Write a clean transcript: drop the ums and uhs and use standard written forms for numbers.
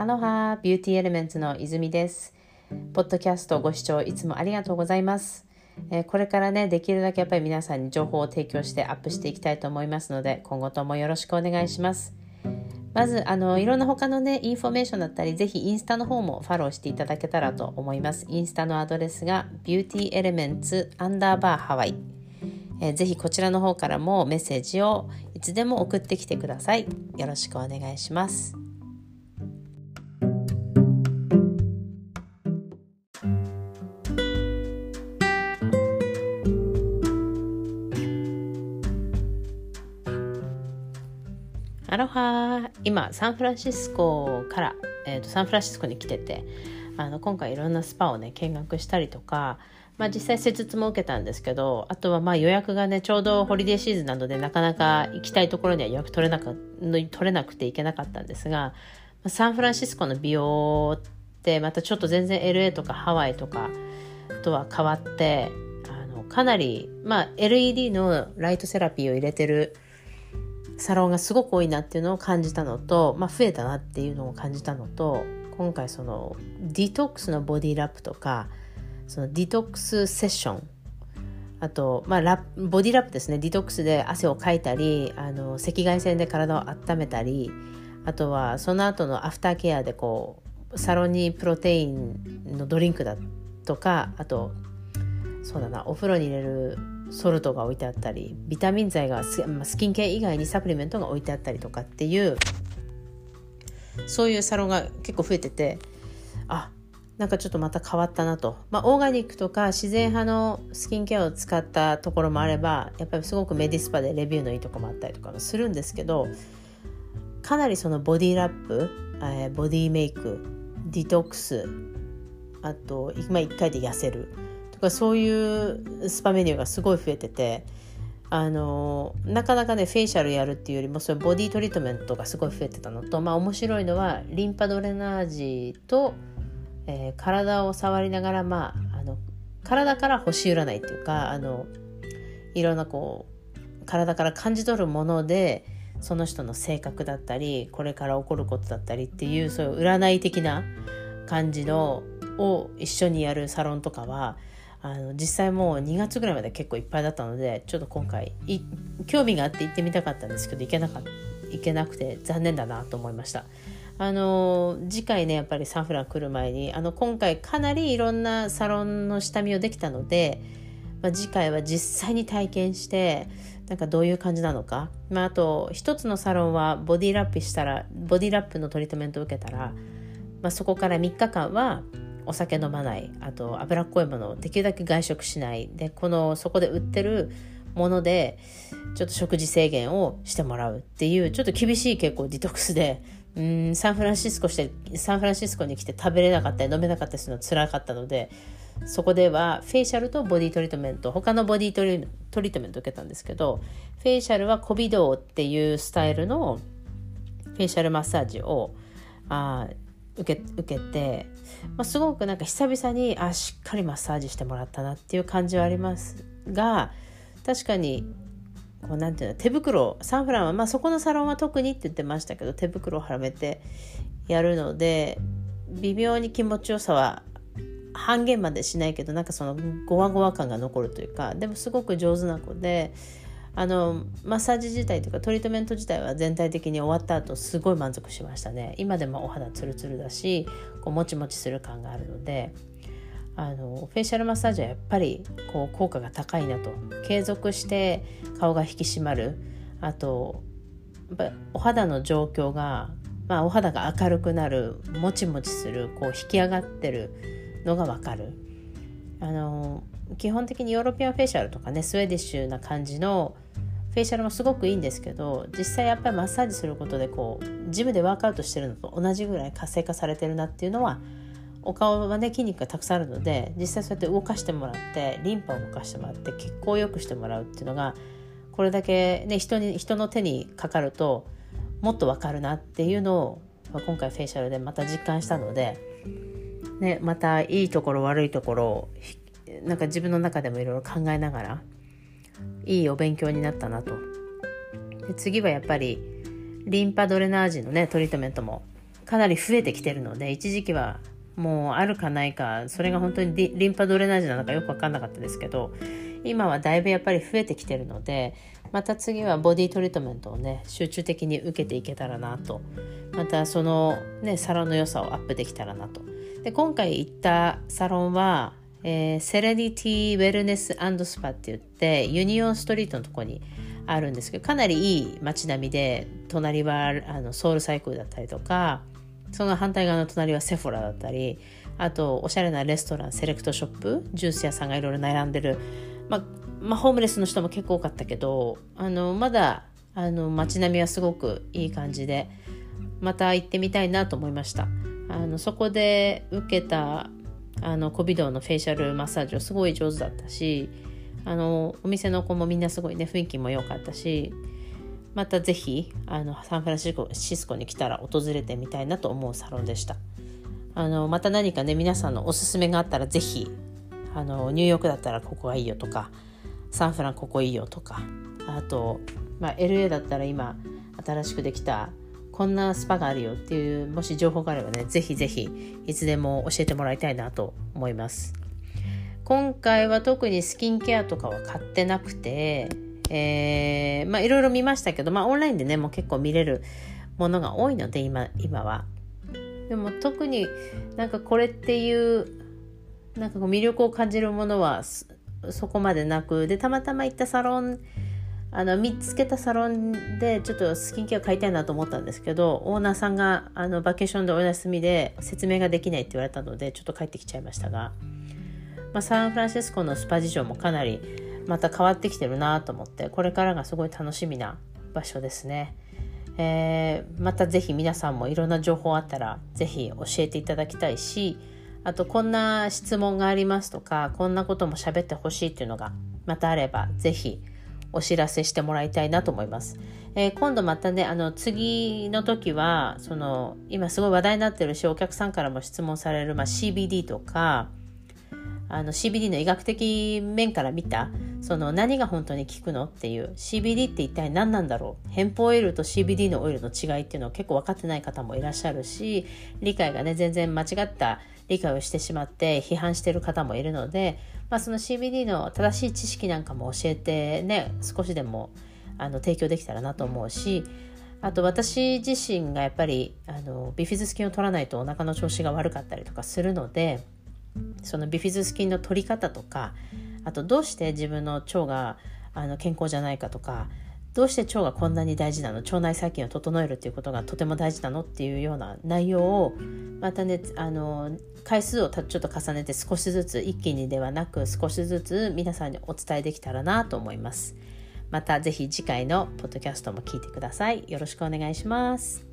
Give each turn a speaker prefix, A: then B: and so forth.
A: アロハビューティーエレメンツの泉です。ポッドキャストご視聴いつもありがとうございます。これからねできるだけやっぱり皆さんに情報を提供してアップしていきたいと思いますので、今後ともよろしくお願いします。まずいろんな他のねインフォメーションだったり、ぜひインスタの方もフォローしていただけたらと思います。インスタのアドレスがビューティーエレメンツ_ハワイ。ぜひこちらの方からもメッセージをいつでも送ってきてください。よろしくお願いします。アロハ。今サンフランシスコから、サンフランシスコに来てて、今回いろんなスパをね見学したりとか、実際施術も受けたんですけど、あとは予約がねちょうどホリデーシーズンなのでなかなか行きたいところには予約取れなくて行けなかったんですが、サンフランシスコの美容ってまたちょっと全然 LA とかハワイとかとは変わって、かなり、LED のライトセラピーを入れてるサロンがすごく多いなっていうのを感じたのと、増えたなっていうのを感じたのと、今回そのディトックスのボディラップとか、そのディトックスセッション、あと、ボディラップですね。ディトックスで汗をかいたり、赤外線で体を温めたり、あとはその後のアフターケアでサロンにプロテインのドリンクだとか、あとお風呂に入れるソルトが置いてあったり、ビタミン剤がスキンケア以外にサプリメントが置いてあったりとかっていう、そういうサロンが結構増えてて、なんかちょっとまた変わったなと。オーガニックとか自然派のスキンケアを使ったところもあれば、やっぱりすごくメディスパでレビューのいいところもあったりとかもするんですけど、かなりそのボディラップ、ボディメイク、ディトックス、あと1回で痩せるとか、そういうスパメニューがすごい増えてて、なかなかねフェイシャルやるっていうよりもそういうボディトリートメントがすごい増えてたのと、面白いのはリンパドレナージと、体を触りながら、体から星占いっていうか、いろんな体から感じ取るものでその人の性格だったり、これから起こることだったりっていう、そういう占い的な感じのを一緒にやるサロンとかは実際もう2月ぐらいまで結構いっぱいだったので、ちょっと今回興味があって行ってみたかったんですけど、行けなくて残念だなと思いました。次回ねやっぱりサンフラン来る前に今回かなりいろんなサロンの下見をできたので、次回は実際に体験してなんかどういう感じなのか、あと一つのサロンはボディラップのトリートメントを受けたら、そこから3日間はお酒飲まない、あと脂っこいものをできるだけ外食しないで、そこで売ってるものでちょっと食事制限をしてもらうっていう、ちょっと厳しい結構ディトックスで、サンフランシスコに来て食べれなかったり飲めなかったりするの辛かったので、そこではフェイシャルとボディトリートメント、他のボディトリートメント受けたんですけど、フェイシャルはコビドーっていうスタイルのフェイシャルマッサージを受けて、すごくなんか久々にしっかりマッサージしてもらったなっていう感じはありますが、確かになんていうの、手袋、サンフランはそこのサロンは特にって言ってましたけど、手袋をはめてやるので微妙に気持ちよさは半減までしないけど、なんかそのゴワゴワ感が残るというか、でもすごく上手な子で、マッサージ自体というかトリートメント自体は全体的に終わった後すごい満足しましたね。今でもお肌ツルツルだし、もちもちする感があるので、フェイシャルマッサージはやっぱり効果が高いなと。継続して顔が引き締まる、あとお肌の状況が、お肌が明るくなる、もちもちする、引き上がってるのが分かる。基本的にヨーロピアンフェイシャルとかね、スウェーディッシュな感じのフェイシャルもすごくいいんですけど、実際やっぱりマッサージすることでジムでワークアウトしてるのと同じぐらい活性化されてるなっていうのは、お顔はね筋肉がたくさんあるので、実際そうやって動かしてもらって、リンパを動かしてもらって血行を良くしてもらうっていうのが、これだけね人の手にかかるともっと分かるなっていうのを、今回フェイシャルでまた実感したので、またいいところ悪いところをなんか自分の中でもいろいろ考えながら、いいお勉強になったなと。で次はやっぱりリンパドレナージのねトリートメントもかなり増えてきてるので、一時期はもうあるかないか、それが本当にリンパドレナージなのかよく分かんなかったですけど、今はだいぶやっぱり増えてきてるので、また次はボディトリートメントをね集中的に受けていけたらなと、またそのねサロンの良さをアップできたらなと。で今回行ったサロンは、セレニティウェルネス&スパって言ってユニオンストリートのとこにあるんですけど、かなりいい街並みで、隣はソウルサイクルだったりとか、その反対側の隣はセフォラだったり、あとおしゃれなレストラン、セレクトショップ、ジュース屋さんがいろいろ並んでる、ホームレスの人も結構多かったけど、まだ街並みはすごくいい感じで、また行ってみたいなと思いました。そこで受けた小微動のフェイシャルマッサージはすごい上手だったし、お店の子もみんなすごいね雰囲気も良かったし、またぜひサンフランシスコに来たら訪れてみたいなと思うサロンでした。また何かね皆さんのおすすめがあったらぜひニューヨークだったらここがいいよとか、サンフランここいいよとか、あと、LA だったら今新しくできたこんなスパがあるよっていう、もし情報があればねぜひぜひいつでも教えてもらいたいなと思います。今回は特にスキンケアとかは買ってなくて、いろいろ見ましたけど、オンラインでねもう結構見れるものが多いので今は。でも特になんかこれっていうなんかこう魅力を感じるものはそこまでなく、でたまたま行ったサロン見つけたサロンでちょっとスキンケア買いたいなと思ったんですけど、オーナーさんがバケーションでお休みで説明ができないって言われたのでちょっと帰ってきちゃいましたが、サンフランシスコのスパ事情もかなりまた変わってきてるなと思って、これからがすごい楽しみな場所ですね。またぜひ皆さんもいろんな情報あったらぜひ教えていただきたいし、あとこんな質問がありますとか、こんなことも喋ってほしいっていうのがまたあればぜひお知らせしてもらいたいなと思います。今度またね次の時は今すごい話題になってるし、お客さんからも質問される、CBD とかCBD の医学的面から見た何が本当に効くのっていう、 CBD って一体何なんだろう、ヘンプオイルと CBD のオイルの違いっていうのを結構分かってない方もいらっしゃるし、理解がね全然間違った理解をしてしまって批判している方もいるので、その CBD の正しい知識なんかも教えてね少しでも提供できたらなと思うし、あと私自身がやっぱりビフィズス菌を取らないとお腹の調子が悪かったりとかするので、そのビフィズス菌の取り方とか、あとどうして自分の腸が健康じゃないかとか、どうして腸がこんなに大事なの、腸内細菌を整えるっていうことがとても大事なのっていうような内容をまたね回数をちょっと重ねて少しずつ、一気にではなく少しずつ皆さんにお伝えできたらなと思います。またぜひ次回のポッドキャストも聞いてください。よろしくお願いします。